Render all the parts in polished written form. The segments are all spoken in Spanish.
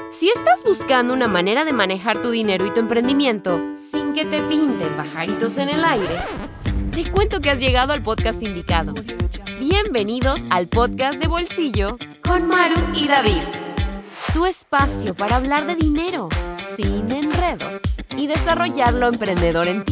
Si estás buscando una manera de manejar tu dinero y tu emprendimiento sin que te pinten pajaritos en el aire, te cuento que has llegado al podcast indicado. Bienvenidos al podcast de Bolsillo con Maru y David. Tu espacio para hablar de dinero sin enredos y desarrollar lo emprendedor en ti.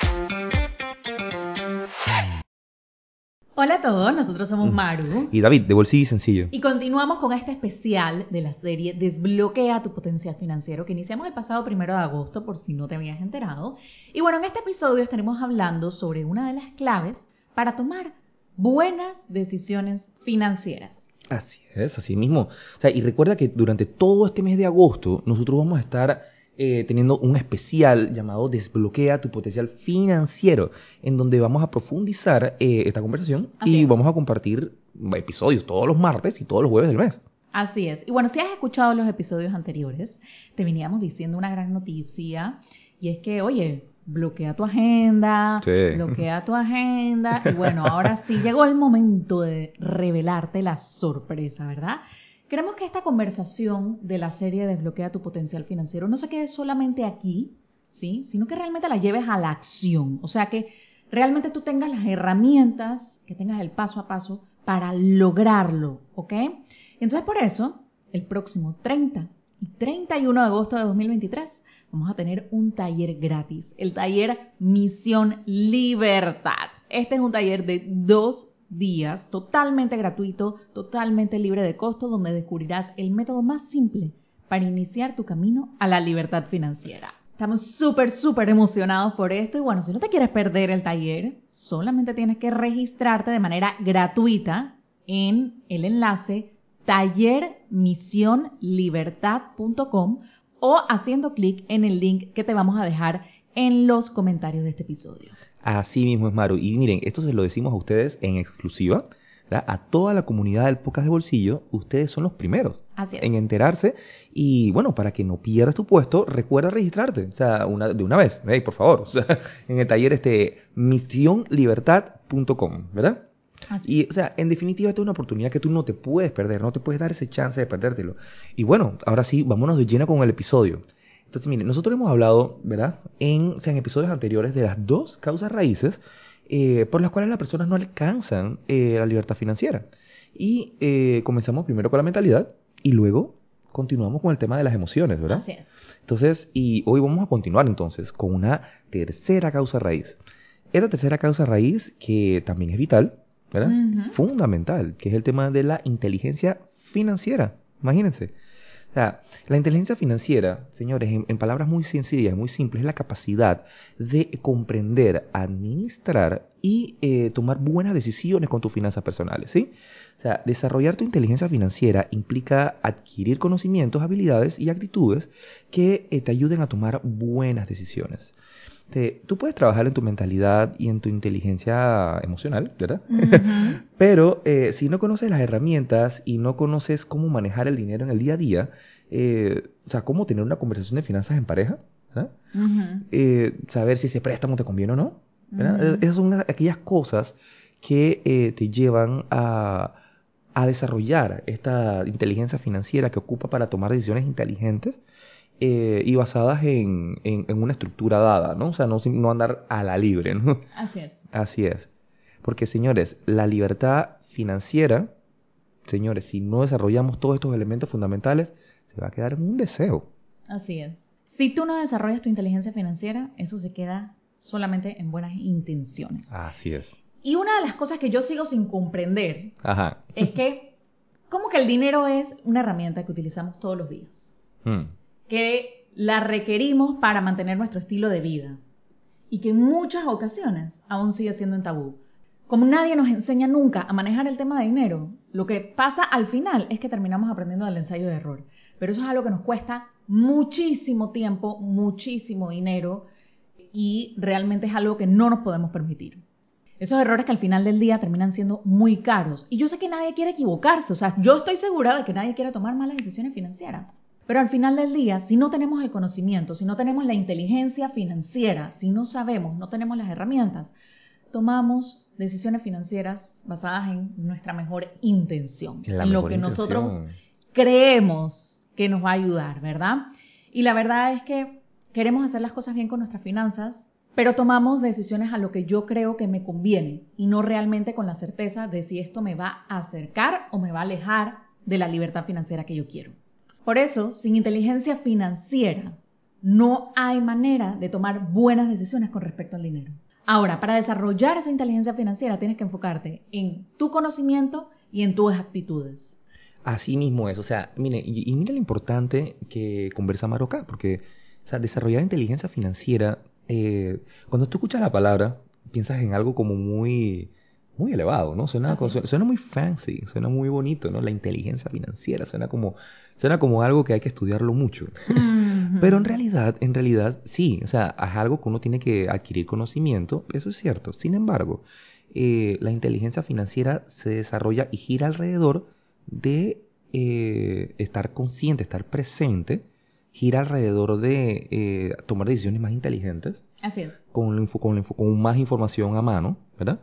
Hola a todos, nosotros somos Maru y David, de Bolsillo y Sencillo. y continuamos con este especial de la serie Desbloquea tu potencial financiero que iniciamos el pasado 1 de agosto por si no te habías enterado. Y bueno, en este episodio estaremos hablando sobre una de las claves para tomar buenas decisiones financieras. Así es, así mismo. O sea, y recuerda que durante todo este mes de agosto nosotros vamos a estar teniendo un especial llamado Desbloquea tu potencial financiero, en donde vamos a profundizar esta conversación y vamos a compartir episodios todos los martes y todos los jueves del mes. Así es. Y bueno, si has escuchado los episodios anteriores, te veníamos diciendo una gran noticia, y es que, oye, bloquea tu agenda, bloquea tu agenda, y bueno, ahora sí llegó el momento de revelarte la sorpresa, ¿verdad? Queremos que esta conversación de la serie Desbloquea tu potencial financiero no se quede solamente aquí, ¿sí? Sino que realmente la lleves a la acción. O sea, que realmente tú tengas las herramientas, que tengas el paso a paso para lograrlo, ¿ok? Entonces, por eso, el próximo 30 y 31 de agosto de 2023 vamos a tener un taller gratis, el taller Misión Libertad. Este es un taller de 2 días, totalmente gratuito, totalmente libre de costo, donde descubrirás el método más simple para iniciar tu camino a la libertad financiera. Estamos súper emocionados por esto y bueno, si no te quieres perder el taller, solamente tienes que registrarte de manera gratuita en el enlace tallermisionlibertad.com o haciendo clic en el link que te vamos a dejar en los comentarios de este episodio. Así mismo es, Maru. Y miren, esto se lo decimos a ustedes en exclusiva, ¿verdad? A toda la comunidad del podcast de Bolsillo, ustedes son los primeros en enterarse. Y bueno, para que no pierdas tu puesto, recuerda registrarte, o sea, de una vez, por favor, o sea, en el taller misionlibertad.com, ¿verdad? Y, o sea, en definitiva, esta es una oportunidad que tú no te puedes perder, no te puedes dar ese chance de perdértelo. Y bueno, ahora sí, vámonos de lleno con el episodio. Entonces, miren, nosotros hemos hablado, ¿verdad?, en episodios anteriores de las 2 causas raíces por las cuales las personas no alcanzan la libertad financiera. Y comenzamos primero con la mentalidad y luego continuamos con el tema de las emociones, ¿verdad? Así es. Entonces, y hoy vamos a continuar entonces con una tercera causa raíz. Esta tercera causa raíz, que también es vital, ¿verdad? Fundamental, que es el tema de la inteligencia financiera. Imagínense. O sea, la inteligencia financiera, señores, en palabras muy sencillas, muy simples, es la capacidad de comprender, administrar y tomar buenas decisiones con tus finanzas personales, ¿sí? O sea, desarrollar tu inteligencia financiera implica adquirir conocimientos, habilidades y actitudes que te ayuden a tomar buenas decisiones. Tú puedes trabajar en tu mentalidad y en tu inteligencia emocional, ¿verdad? Pero si no conoces las herramientas y no conoces cómo manejar el dinero en el día a día, o sea, cómo tener una conversación de finanzas en pareja, ¿verdad? Saber si ese préstamo te conviene o no, ¿verdad? Esas son aquellas cosas que te llevan a desarrollar esta inteligencia financiera que ocupa para tomar decisiones inteligentes y basadas en una estructura dada, ¿no? O sea, no andar a la libre, ¿no? Así es. Así es. Porque, señores, la libertad financiera, señores, si no desarrollamos todos estos elementos fundamentales, se va a quedar en un deseo. Así es. Si tú no desarrollas tu inteligencia financiera, eso se queda solamente en buenas intenciones. Así es. Y una de las cosas que yo sigo sin comprender es que, ¿cómo que el dinero es una herramienta que utilizamos todos los días? Que la requerimos para mantener nuestro estilo de vida y que en muchas ocasiones aún sigue siendo un tabú. Como nadie nos enseña nunca a manejar el tema de dinero, lo que pasa al final es que terminamos aprendiendo del ensayo de error. Pero eso es algo que nos cuesta muchísimo tiempo, muchísimo dinero y realmente es algo que no nos podemos permitir. Esos errores que al final del día terminan siendo muy caros. Y yo sé que nadie quiere equivocarse, o sea, yo estoy segura de que nadie quiere tomar malas decisiones financieras. Pero al final del día, si no tenemos el conocimiento, si no tenemos la inteligencia financiera, si no sabemos, no tenemos las herramientas, tomamos decisiones financieras basadas en nuestra mejor intención, en lo que nosotros creemos que nos va a ayudar, ¿verdad? Y la verdad es que queremos hacer las cosas bien con nuestras finanzas, pero tomamos decisiones a lo que yo creo que me conviene y no realmente con la certeza de si esto me va a acercar o me va a alejar de la libertad financiera que yo quiero. Por eso, sin inteligencia financiera, no hay manera de tomar buenas decisiones con respecto al dinero. Ahora, para desarrollar esa inteligencia financiera tienes que enfocarte en tu conocimiento y en tus actitudes. Así mismo es, o sea, mire, y mira lo importante que conversa Maro acá, porque, o sea, desarrollar inteligencia financiera, cuando tú escuchas la palabra, piensas en algo como muy elevado, ¿no? Suena muy fancy, suena muy bonito, ¿no? La inteligencia financiera, suena como algo que hay que estudiarlo mucho. Mm-hmm. Pero en realidad, sí, o sea, es algo que uno tiene que adquirir conocimiento, eso es cierto. Sin embargo, la inteligencia financiera se desarrolla y gira alrededor de estar consciente, estar presente, gira alrededor de tomar decisiones más inteligentes. Así es. Con más información a mano, ¿verdad?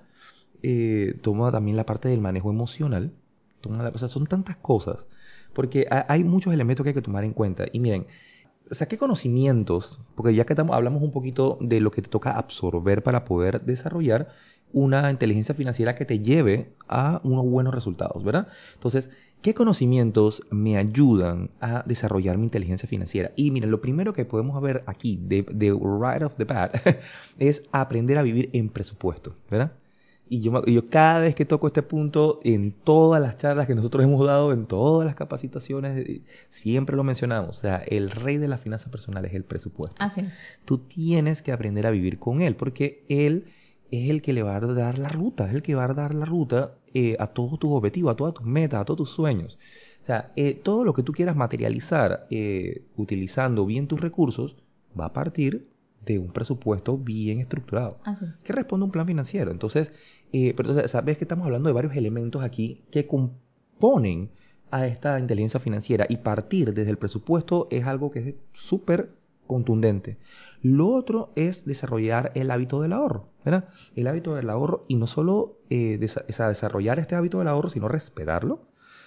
Toma también la parte del manejo emocional. O sea, son tantas cosas. Porque hay muchos elementos que hay que tomar en cuenta. Y miren, o sea, ¿qué conocimientos? Porque ya que hablamos un poquito de lo que te toca absorber para poder desarrollar una inteligencia financiera que te lleve a unos buenos resultados, ¿verdad? Entonces, ¿qué conocimientos me ayudan a desarrollar mi inteligencia financiera? Y miren, lo primero que podemos ver aquí, de right off the bat, es aprender a vivir en presupuesto, ¿verdad? Y yo cada vez que toco este punto, en todas las charlas que nosotros hemos dado, en todas las capacitaciones, siempre lo mencionamos. O sea, el rey de las finanzas personales es el presupuesto. Así es. Tú tienes que aprender a vivir con él, porque él es el que le va a dar la ruta, es el que va a dar la ruta a todos tus objetivos, a todas tus metas, a todos tus sueños. O sea, todo lo que tú quieras materializar utilizando bien tus recursos va a partir de un presupuesto bien estructurado. Así es. Que responde a un plan financiero. Entonces, pero sabes que estamos hablando de varios elementos aquí que componen a esta inteligencia financiera, y partir desde el presupuesto es algo que es súper contundente. Lo otro es desarrollar el hábito del ahorro, ¿verdad? El hábito del ahorro, y no solo desarrollar este hábito del ahorro, sino respetarlo.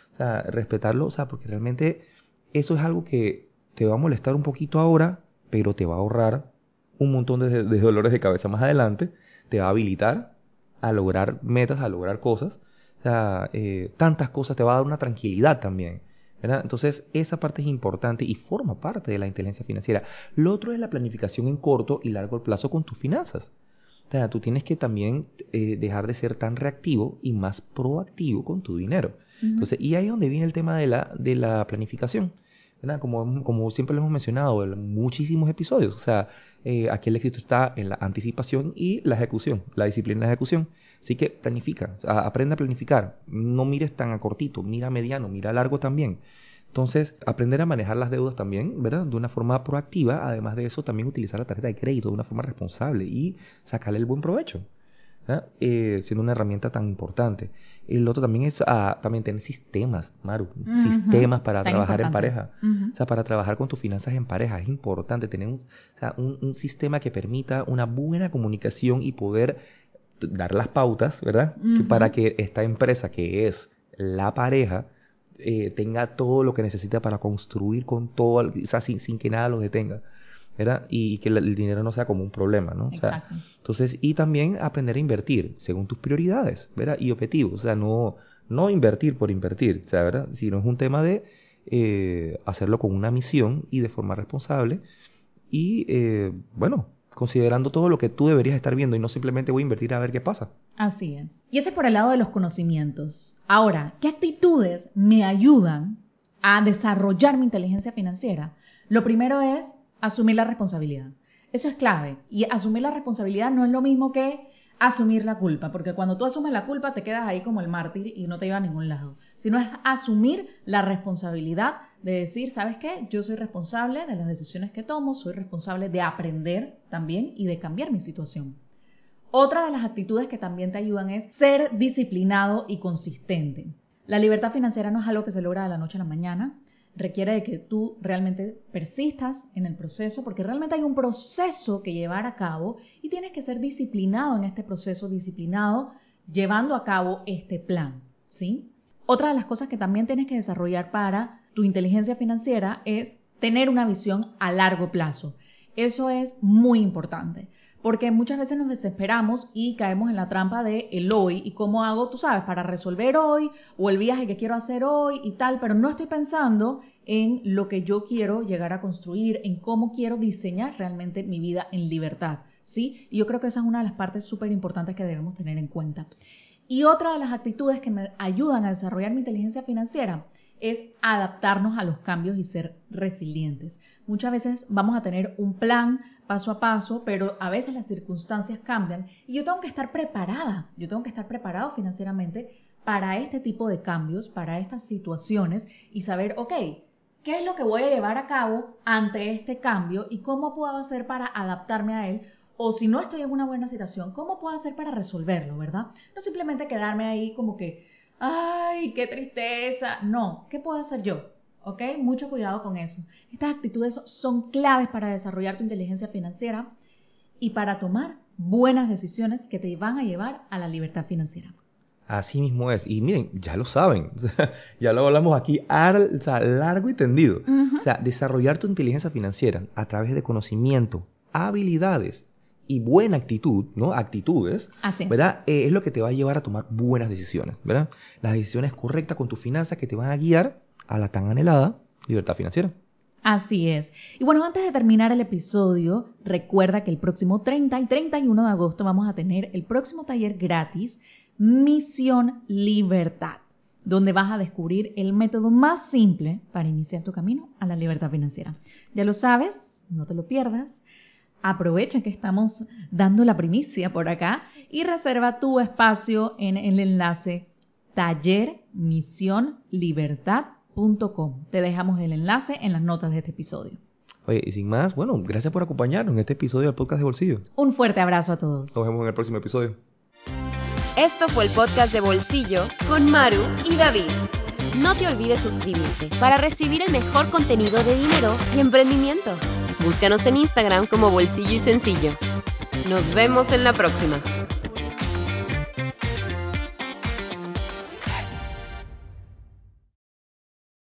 O sea, porque realmente eso es algo que te va a molestar un poquito ahora, pero te va a ahorrar un montón de dolores de cabeza más adelante, te va a habilitar a lograr metas, a lograr cosas. O sea, tantas cosas, te va a dar una tranquilidad también, ¿verdad? Entonces, esa parte es importante y forma parte de la inteligencia financiera. Lo otro es la planificación en corto y largo plazo con tus finanzas. O sea, tú tienes que también dejar de ser tan reactivo y más proactivo con tu dinero. Uh-huh. Entonces, y ahí es donde viene el tema de la planificación, ¿verdad? Como siempre lo hemos mencionado en muchísimos episodios. O sea, aquí el éxito está en la anticipación y la ejecución, la disciplina de ejecución. Así que planifica, o sea, aprende a planificar. No mires tan a cortito, mira a mediano, mira a largo también. Entonces, aprender a manejar las deudas también, ¿verdad? De una forma proactiva. Además de eso, también utilizar la tarjeta de crédito de una forma responsable y sacarle el buen provecho, siendo una herramienta tan importante. El otro también es también tener sistemas, Maru, uh-huh, sistemas para trabajar en pareja. Uh-huh. O sea, para trabajar con tus finanzas en pareja es importante tener un sistema que permita una buena comunicación y poder dar las pautas, ¿verdad? Uh-huh. Para que esta empresa, que es la pareja, tenga todo lo que necesita para construir con todo, o sea, sin que nada lo detenga, ¿verdad? Y que el dinero no sea como un problema, ¿no? Exacto. O sea, entonces, y también aprender a invertir según tus prioridades, ¿verdad? Y objetivos. O sea, no invertir por invertir, o sea, ¿verdad? Sino es un tema de hacerlo con una misión y de forma responsable y, bueno, considerando todo lo que tú deberías estar viendo, y no simplemente voy a invertir a ver qué pasa. Así es. Y ese es por el lado de los conocimientos. Ahora, ¿qué actitudes me ayudan a desarrollar mi inteligencia financiera? Lo primero es asumir la responsabilidad. Eso es clave. Y asumir la responsabilidad no es lo mismo que asumir la culpa, porque cuando tú asumes la culpa te quedas ahí como el mártir y no te lleva a ningún lado. Sino es asumir la responsabilidad de decir, ¿sabes qué? Yo soy responsable de las decisiones que tomo, soy responsable de aprender también y de cambiar mi situación. Otra de las actitudes que también te ayudan es ser disciplinado y consistente. La libertad financiera no es algo que se logra de la noche a la mañana. Requiere de que tú realmente persistas en el proceso, porque realmente hay un proceso que llevar a cabo y tienes que ser disciplinado en este proceso, disciplinado llevando a cabo este plan, ¿sí? Otra de las cosas que también tienes que desarrollar para tu inteligencia financiera es tener una visión a largo plazo. Eso es muy importante, porque muchas veces nos desesperamos y caemos en la trampa de el hoy y cómo hago, tú sabes, para resolver hoy o el viaje que quiero hacer hoy y tal, pero no estoy pensando en lo que yo quiero llegar a construir, en cómo quiero diseñar realmente mi vida en libertad, ¿sí? Y yo creo que esa es una de las partes súper importantes que debemos tener en cuenta. Y otra de las actitudes que me ayudan a desarrollar mi inteligencia financiera es adaptarnos a los cambios y ser resilientes. Muchas veces vamos a tener un plan paso a paso, pero a veces las circunstancias cambian y yo tengo que estar preparada, yo tengo que estar preparado financieramente para este tipo de cambios, para estas situaciones y saber, ok, ¿qué es lo que voy a llevar a cabo ante este cambio y cómo puedo hacer para adaptarme a él? O si no estoy en una buena situación, ¿cómo puedo hacer para resolverlo, verdad? No simplemente quedarme ahí como que, ¡ay, qué tristeza! No, ¿qué puedo hacer yo? ¿Ok? Mucho cuidado con eso. Estas actitudes son claves para desarrollar tu inteligencia financiera y para tomar buenas decisiones que te van a llevar a la libertad financiera. Así mismo es. Y miren, ya lo saben. Ya lo hablamos aquí largo y tendido. O sea, desarrollar tu inteligencia financiera a través de conocimiento, habilidades y buena actitud, ¿no? Actitudes, ¿verdad? Es lo que te va a llevar a tomar buenas decisiones, ¿verdad? Las decisiones correctas con tus finanzas que te van a guiar a la tan anhelada libertad financiera. Así es. Y bueno, antes de terminar el episodio, recuerda que el próximo 30 y 31 de agosto vamos a tener el próximo taller gratis, Misión Libertad, donde vas a descubrir el método más simple para iniciar tu camino a la libertad financiera. Ya lo sabes, no te lo pierdas. Aprovecha que estamos dando la primicia por acá y reserva tu espacio en el enlace tallermisionlibertad.com. Te dejamos el enlace en las notas de este episodio. Oye, y sin más, bueno, gracias por acompañarnos en este episodio del podcast de Bolsillo. Un fuerte abrazo a todos. Nos vemos en el próximo episodio. Esto fue el podcast de Bolsillo con Maru y David. No te olvides suscribirte para recibir el mejor contenido de dinero y emprendimiento. Búscanos en Instagram como Bolsillo y Sencillo. Nos vemos en la próxima.